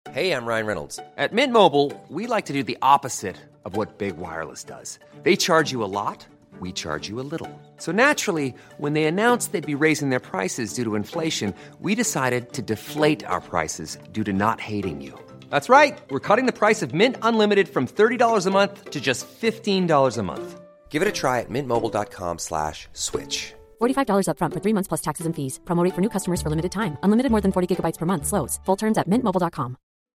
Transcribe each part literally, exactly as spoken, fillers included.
Hey, I'm Ryan Reynolds. At Mint Mobile, we like to do the opposite of what Big Wireless does. They charge you a lot, we charge you a little. So naturally, when they announced they'd be raising their prices due to inflation, we decided to deflate our prices due to not hating you. That's right. We're cutting the price of Mint Unlimited from thirty dollars a month to just fifteen dollars a month. Give it a try at mintmobile.com slash switch. forty-five dollars up front for three months plus taxes and fees. Promo rate for new customers for limited time. Unlimited more than forty gigabytes per month. Slows full terms at mint mobile dot com.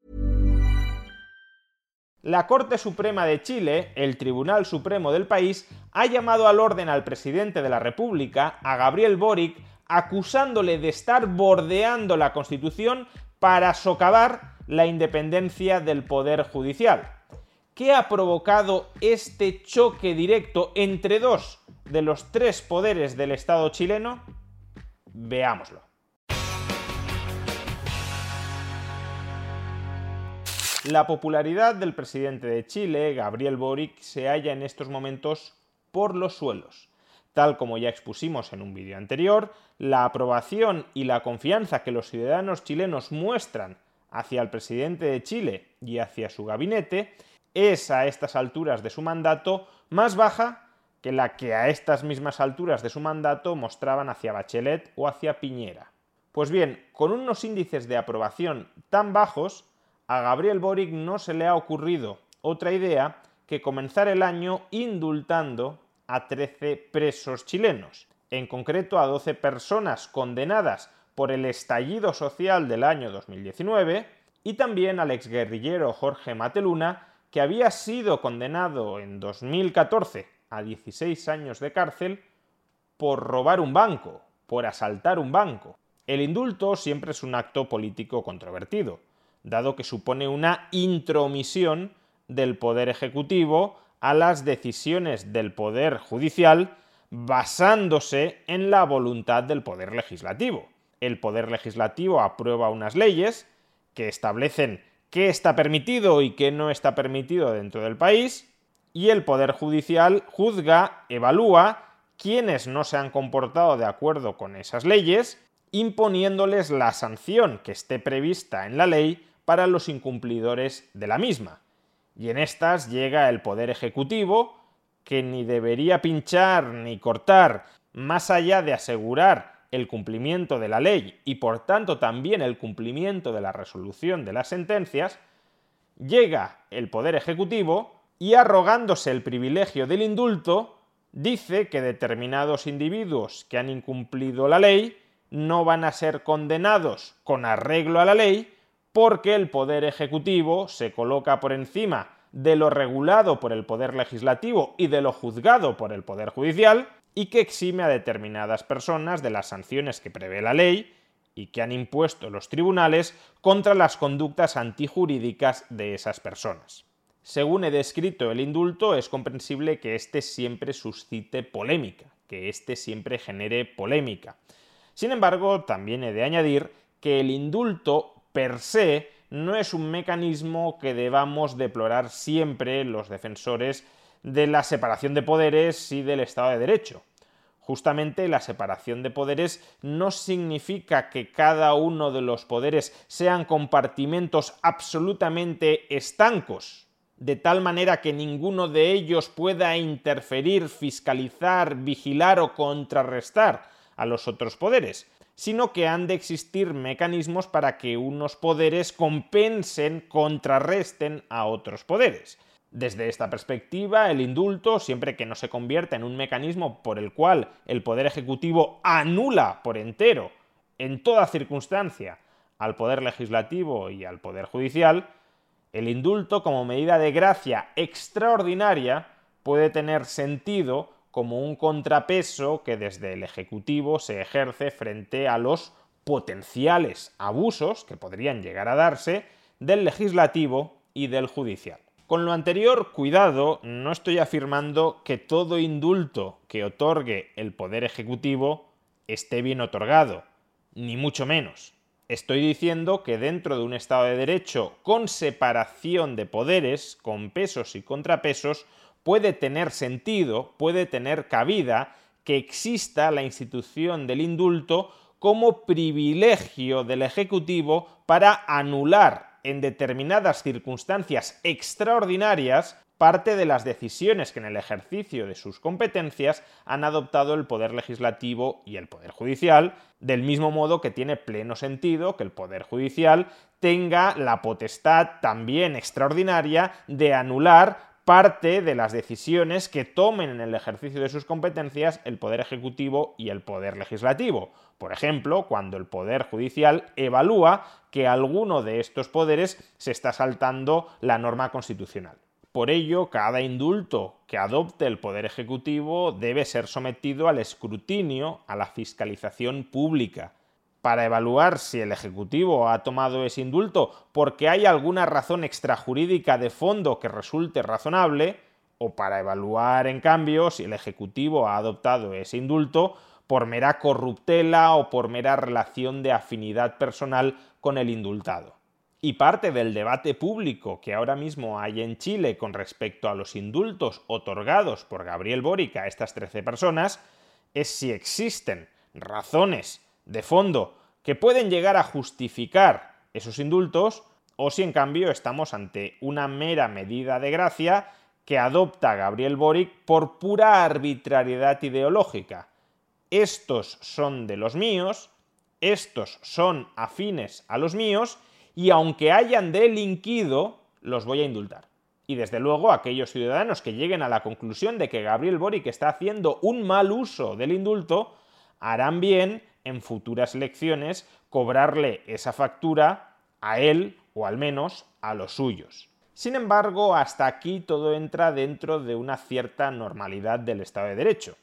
La Corte Suprema de Chile, el Tribunal Supremo del país, ha llamado al orden al presidente de la República, a Gabriel Boric, acusándole de estar bordeando la Constitución para socavar la independencia del Poder Judicial. ¿Qué ha provocado este choque directo entre dos de los tres poderes del Estado chileno? Veámoslo. La popularidad del presidente de Chile, Gabriel Boric, se halla en estos momentos por los suelos. Tal como ya expusimos en un vídeo anterior, la aprobación y la confianza que los ciudadanos chilenos muestran hacia el presidente de Chile y hacia su gabinete es a estas alturas de su mandato más baja que la que a estas mismas alturas de su mandato mostraban hacia Bachelet o hacia Piñera. Pues bien, con unos índices de aprobación tan bajos, a Gabriel Boric no se le ha ocurrido otra idea que comenzar el año indultando a trece presos chilenos, en concreto a doce personas condenadas por el estallido social del año dos mil diecinueve y también al exguerrillero Jorge Mateluna, que había sido condenado en dos mil catorce a dieciséis años de cárcel por robar un banco, por asaltar un banco. El indulto siempre es un acto político controvertido, dado que supone una intromisión del Poder Ejecutivo a las decisiones del Poder Judicial basándose en la voluntad del Poder Legislativo. El Poder Legislativo aprueba unas leyes que establecen qué está permitido y qué no está permitido dentro del país, y el Poder Judicial juzga, evalúa quiénes no se han comportado de acuerdo con esas leyes, imponiéndoles la sanción que esté prevista en la ley para los incumplidores de la misma. Y en estas llega el Poder Ejecutivo, que ni debería pinchar ni cortar, más allá de asegurar el cumplimiento de la ley y por tanto también el cumplimiento de la resolución de las sentencias, llega el Poder Ejecutivo y, arrogándose el privilegio del indulto, dice que determinados individuos que han incumplido la ley no van a ser condenados con arreglo a la ley porque el Poder Ejecutivo se coloca por encima de lo regulado por el Poder Legislativo y de lo juzgado por el Poder Judicial, y que exime a determinadas personas de las sanciones que prevé la ley y que han impuesto los tribunales contra las conductas antijurídicas de esas personas. Según he descrito el indulto, es comprensible que éste siempre suscite polémica, que éste siempre genere polémica. Sin embargo, también he de añadir que el indulto per se no es un mecanismo que debamos deplorar siempre los defensores de la separación de poderes y del Estado de Derecho. Justamente la separación de poderes no significa que cada uno de los poderes sean compartimentos absolutamente estancos, de tal manera que ninguno de ellos pueda interferir, fiscalizar, vigilar o contrarrestar a los otros poderes, sino que han de existir mecanismos para que unos poderes compensen, contrarresten a otros poderes. Desde esta perspectiva, el indulto, siempre que no se convierta en un mecanismo por el cual el Poder Ejecutivo anula por entero, en toda circunstancia, al Poder Legislativo y al Poder Judicial, el indulto como medida de gracia extraordinaria puede tener sentido como un contrapeso que desde el Ejecutivo se ejerce frente a los potenciales abusos que podrían llegar a darse del Legislativo y del Judicial. Con lo anterior, cuidado, no estoy afirmando que todo indulto que otorgue el Poder Ejecutivo esté bien otorgado, ni mucho menos. Estoy diciendo que dentro de un Estado de Derecho con separación de poderes, con pesos y contrapesos, puede tener sentido, puede tener cabida que exista la institución del indulto como privilegio del Ejecutivo para anular en determinadas circunstancias extraordinarias parte de las decisiones que en el ejercicio de sus competencias han adoptado el Poder Legislativo y el Poder Judicial, del mismo modo que tiene pleno sentido que el Poder Judicial tenga la potestad también extraordinaria de anular parte de las decisiones que tomen en el ejercicio de sus competencias el Poder Ejecutivo y el Poder Legislativo. Por ejemplo, cuando el Poder Judicial evalúa que alguno de estos poderes se está saltando la norma constitucional. Por ello, cada indulto que adopte el Poder Ejecutivo debe ser sometido al escrutinio, a la fiscalización pública. Para evaluar si el Ejecutivo ha tomado ese indulto porque hay alguna razón extrajurídica de fondo que resulte razonable, o para evaluar, en cambio, si el Ejecutivo ha adoptado ese indulto por mera corruptela o por mera relación de afinidad personal con el indultado. Y parte del debate público que ahora mismo hay en Chile con respecto a los indultos otorgados por Gabriel Boric a estas trece personas es si existen razones de fondo que pueden llegar a justificar esos indultos o si en cambio estamos ante una mera medida de gracia que adopta Gabriel Boric por pura arbitrariedad ideológica. Estos son de los míos, estos son afines a los míos y aunque hayan delinquido, los voy a indultar. Y desde luego aquellos ciudadanos que lleguen a la conclusión de que Gabriel Boric está haciendo un mal uso del indulto, harán bien en futuras elecciones cobrarle esa factura a él o al menos a los suyos. Sin embargo, hasta aquí todo entra dentro de una cierta normalidad del Estado de Derecho.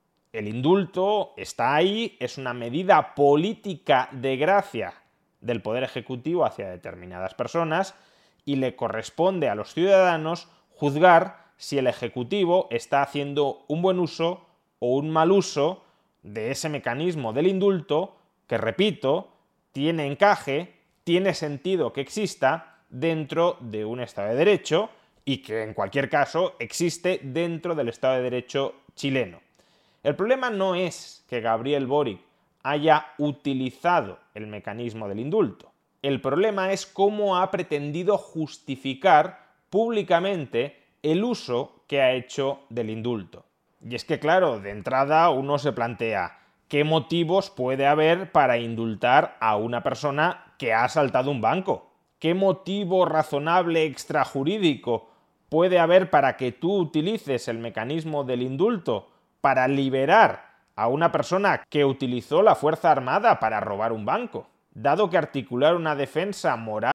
El indulto está ahí, es una medida política de gracia del Poder Ejecutivo hacia determinadas personas y le corresponde a los ciudadanos juzgar si el Ejecutivo está haciendo un buen uso o un mal uso de ese mecanismo del indulto que, repito, tiene encaje, tiene sentido que exista dentro de un Estado de Derecho y que, en cualquier caso, existe dentro del Estado de Derecho chileno. El problema no es que Gabriel Boric haya utilizado el mecanismo del indulto. El problema es cómo ha pretendido justificar públicamente el uso que ha hecho del indulto. Y es que, claro, de entrada uno se plantea qué motivos puede haber para indultar a una persona que ha asaltado un banco. ¿Qué motivo razonable extrajurídico puede haber para que tú utilices el mecanismo del indulto para liberar a una persona que utilizó la fuerza armada para robar un banco? Dado que articular una defensa moral...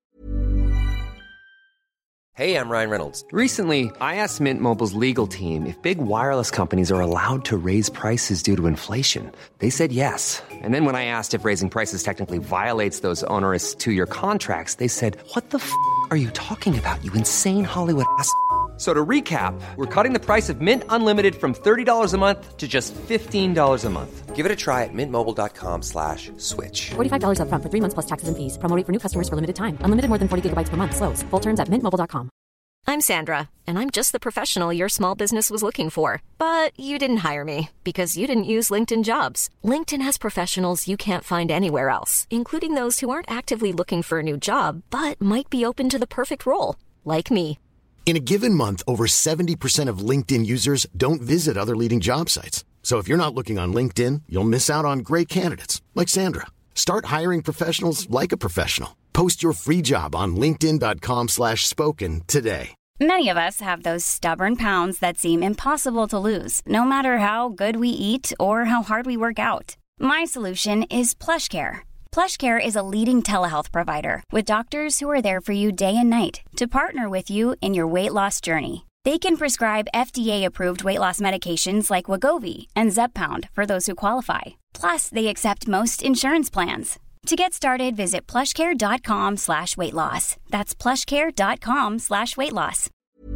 Hey, I'm Ryan Reynolds. Recently, I asked Mint Mobile's legal team if big wireless companies are allowed to raise prices due to inflation. They said yes. And then when I asked if raising prices technically violates those onerous two-year contracts, they said, what the f*** are you talking about, you insane Hollywood ass f- So to recap, we're cutting the price of Mint Unlimited from thirty dollars a month to just fifteen dollars a month. Give it a try at mintmobile.com slash switch. forty-five dollars up front for three months plus taxes and fees. Promo rate for new customers for limited time. Unlimited more than forty gigabytes per month slows. Full terms at mint mobile dot com. I'm Sandra, and I'm just the professional your small business was looking for. But you didn't hire me because you didn't use LinkedIn Jobs. LinkedIn has professionals you can't find anywhere else, including those who aren't actively looking for a new job, but might be open to the perfect role, like me. In a given month, over seventy percent of LinkedIn users don't visit other leading job sites. So if you're not looking on LinkedIn, you'll miss out on great candidates like Sandra. Start hiring professionals like a professional. Post your free job on linkedin.com slash spoken today. Many of us have those stubborn pounds that seem impossible to lose, no matter how good we eat or how hard we work out. My solution is PlushCare. PlushCare is a leading telehealth provider with doctors who are there for you day and night to partner with you in your weight loss journey. They can prescribe F D A-approved weight loss medications like Wegovy and Zepbound for those who qualify. Plus, they accept most insurance plans. To get started, visit plushcare.com slash weight loss. That's plushcare.com slash weight loss.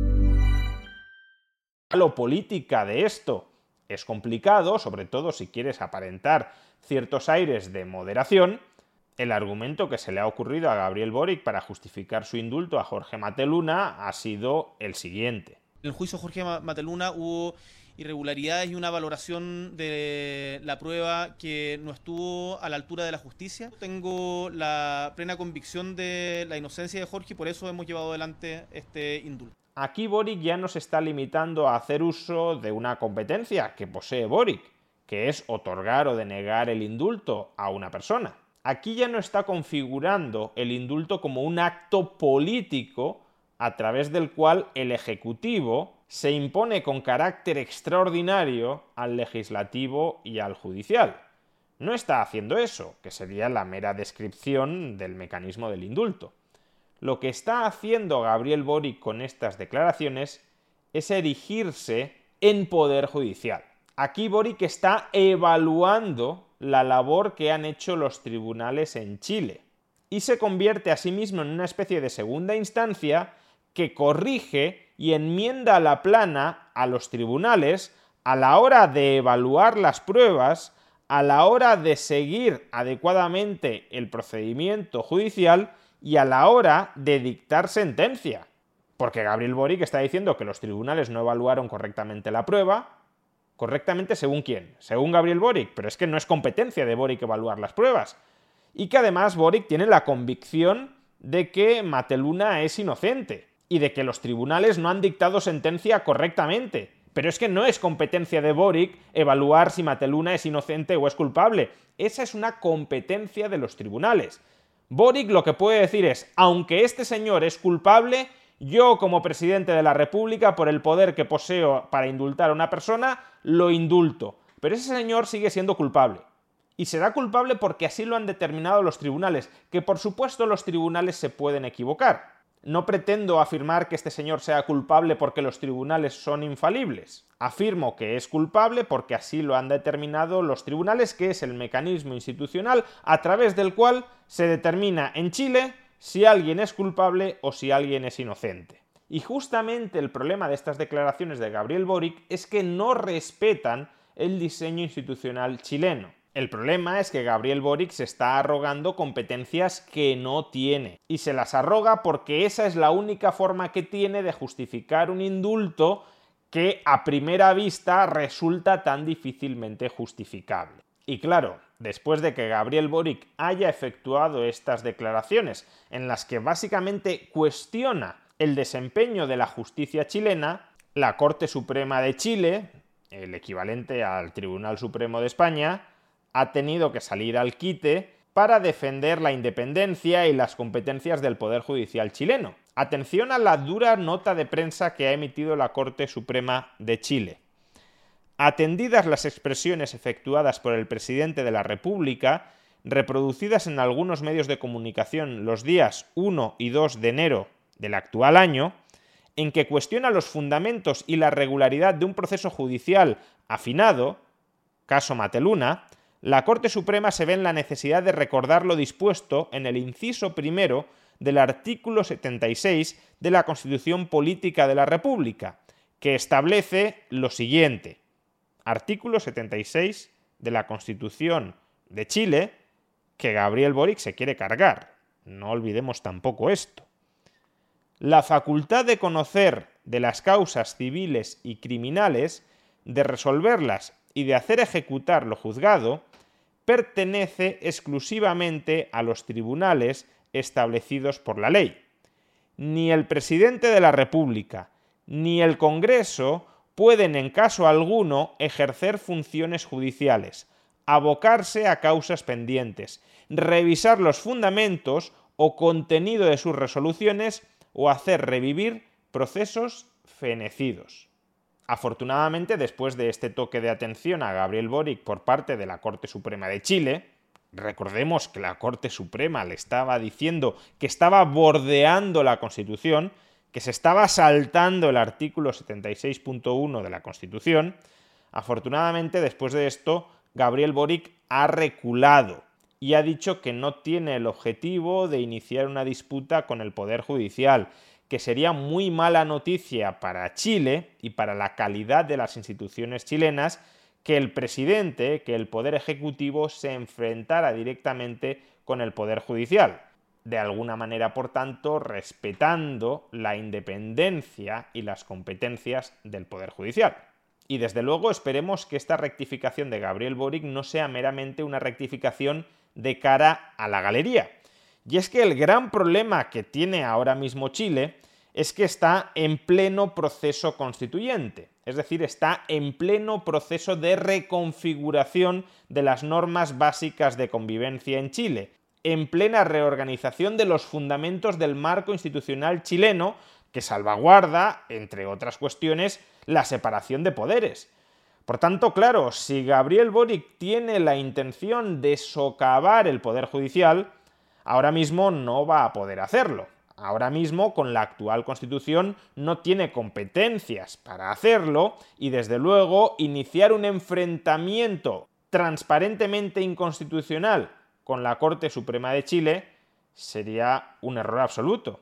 Lo política de esto es complicado, sobre todo si quieres aparentar ciertos aires de moderación. El argumento que se le ha ocurrido a Gabriel Boric para justificar su indulto a Jorge Mateluna ha sido el siguiente. En el juicio Jorge Mateluna hubo irregularidades y una valoración de la prueba que no estuvo a la altura de la justicia. Tengo la plena convicción de la inocencia de Jorge y por eso hemos llevado adelante este indulto. Aquí Boric ya no se está limitando a hacer uso de una competencia que posee Boric, que es otorgar o denegar el indulto a una persona. Aquí ya no está configurando el indulto como un acto político a través del cual el Ejecutivo se impone con carácter extraordinario al Legislativo y al Judicial. No está haciendo eso, que sería la mera descripción del mecanismo del indulto. Lo que está haciendo Gabriel Boric con estas declaraciones es erigirse en poder judicial. Aquí Boric está evaluando la labor que han hecho los tribunales en Chile y se convierte a sí mismo en una especie de segunda instancia que corrige y enmienda la plana a los tribunales a la hora de evaluar las pruebas, a la hora de seguir adecuadamente el procedimiento judicial y a la hora de dictar sentencia. Porque Gabriel Boric está diciendo que los tribunales no evaluaron correctamente la prueba. ¿Correctamente según quién? Según Gabriel Boric, pero es que no es competencia de Boric evaluar las pruebas. Y que además Boric tiene la convicción de que Mateluna es inocente y de que los tribunales no han dictado sentencia correctamente. Pero es que no es competencia de Boric evaluar si Mateluna es inocente o es culpable. Esa es una competencia de los tribunales. Boric lo que puede decir es, aunque este señor es culpable, yo como presidente de la República, por el poder que poseo para indultar a una persona, lo indulto. Pero ese señor sigue siendo culpable. Y será culpable porque así lo han determinado los tribunales, que por supuesto los tribunales se pueden equivocar. No pretendo afirmar que este señor sea culpable porque los tribunales son infalibles. Afirmo que es culpable porque así lo han determinado los tribunales, que es el mecanismo institucional a través del cual se determina en Chile si alguien es culpable o si alguien es inocente. Y justamente el problema de estas declaraciones de Gabriel Boric es que no respetan el diseño institucional chileno. El problema es que Gabriel Boric se está arrogando competencias que no tiene. Y se las arroga porque esa es la única forma que tiene de justificar un indulto que a primera vista resulta tan difícilmente justificable. Y claro, después de que Gabriel Boric haya efectuado estas declaraciones en las que básicamente cuestiona el desempeño de la justicia chilena, la Corte Suprema de Chile, el equivalente al Tribunal Supremo de España, ha tenido que salir al quite para defender la independencia y las competencias del Poder Judicial chileno. Atención a la dura nota de prensa que ha emitido la Corte Suprema de Chile. Atendidas las expresiones efectuadas por el presidente de la República, reproducidas en algunos medios de comunicación los días uno y dos de enero del actual año, en que cuestiona los fundamentos y la regularidad de un proceso judicial afinado, caso Mateluna, la Corte Suprema se ve en la necesidad de recordar lo dispuesto en el inciso primero del artículo setenta y seis de la Constitución Política de la República, que establece lo siguiente. Artículo setenta y seis de la Constitución de Chile, que Gabriel Boric se quiere cargar. No olvidemos tampoco esto. La facultad de conocer de las causas civiles y criminales, de resolverlas y de hacer ejecutar lo juzgado, pertenece exclusivamente a los tribunales establecidos por la ley. Ni el presidente de la República ni el Congreso pueden en caso alguno ejercer funciones judiciales, abocarse a causas pendientes, revisar los fundamentos o contenido de sus resoluciones o hacer revivir procesos fenecidos. Afortunadamente, después de este toque de atención a Gabriel Boric por parte de la Corte Suprema de Chile, recordemos que la Corte Suprema le estaba diciendo que estaba bordeando la Constitución, que se estaba saltando el artículo setenta y seis punto uno de la Constitución, afortunadamente, después de esto, Gabriel Boric ha reculado y ha dicho que no tiene el objetivo de iniciar una disputa con el Poder Judicial, que sería muy mala noticia para Chile y para la calidad de las instituciones chilenas que el presidente, que el Poder Ejecutivo se enfrentara directamente con el Poder Judicial. de alguna manera, por tanto, respetando la independencia y las competencias del Poder Judicial. Y desde luego esperemos que esta rectificación de Gabriel Boric no sea meramente una rectificación de cara a la galería. Y es que el gran problema que tiene ahora mismo Chile es que está en pleno proceso constituyente, es decir, está en pleno proceso de reconfiguración de las normas básicas de convivencia en Chile, en plena reorganización de los fundamentos del marco institucional chileno que salvaguarda, entre otras cuestiones, la separación de poderes. Por tanto, claro, si Gabriel Boric tiene la intención de socavar el Poder Judicial, ahora mismo no va a poder hacerlo. Ahora mismo, con la actual Constitución, no tiene competencias para hacerlo y, desde luego, iniciar un enfrentamiento transparentemente inconstitucional con la Corte Suprema de Chile sería un error absoluto.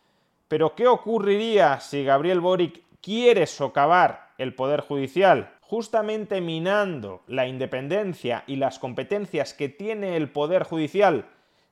Pero ¿qué ocurriría si Gabriel Boric quiere socavar el Poder Judicial, justamente minando la independencia y las competencias que tiene el Poder Judicial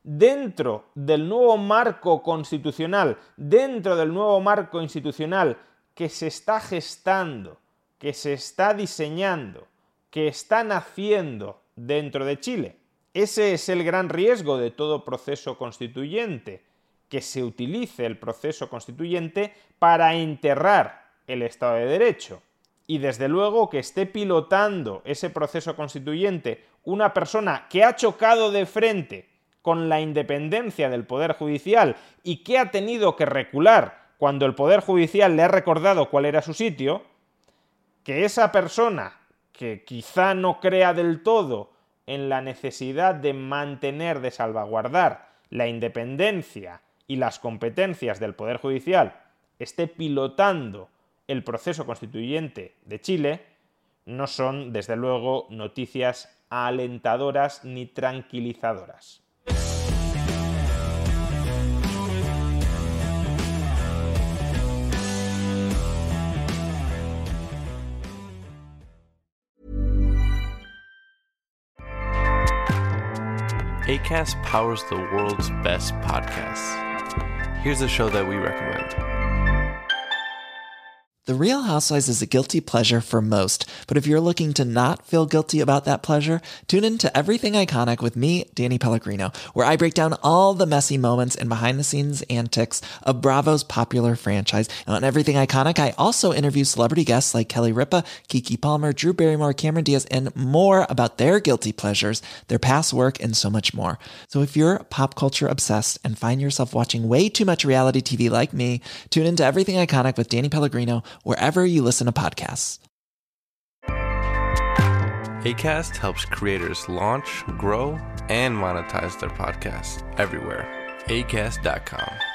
dentro del nuevo marco constitucional, dentro del nuevo marco institucional que se está gestando, que se está diseñando, que está naciendo dentro de Chile? Ese es el gran riesgo de todo proceso constituyente, que se utilice el proceso constituyente para enterrar el Estado de Derecho. Y desde luego que esté pilotando ese proceso constituyente una persona que ha chocado de frente con la independencia del Poder Judicial y que ha tenido que recular cuando el Poder Judicial le ha recordado cuál era su sitio, que esa persona que quizá no crea del todo en la necesidad de mantener, de salvaguardar la independencia y las competencias del Poder Judicial, esté pilotando el proceso constituyente de Chile, no son, desde luego, noticias alentadoras ni tranquilizadoras. Acast powers the world's best podcasts. Here's a show that we recommend. The Real Housewives is a guilty pleasure for most, but if you're looking to not feel guilty about that pleasure, tune in to Everything Iconic with me, Danny Pellegrino, where I break down all the messy moments and behind-the-scenes antics of Bravo's popular franchise. And on Everything Iconic, I also interview celebrity guests like Kelly Ripa, Keke Palmer, Drew Barrymore, Cameron Diaz, and more about their guilty pleasures, their past work, and so much more. So if you're pop culture obsessed and find yourself watching way too much reality T V like me, tune in to Everything Iconic with Danny Pellegrino, wherever you listen to podcasts. Acast helps creators launch, grow, and monetize their podcasts everywhere. Acast dot com.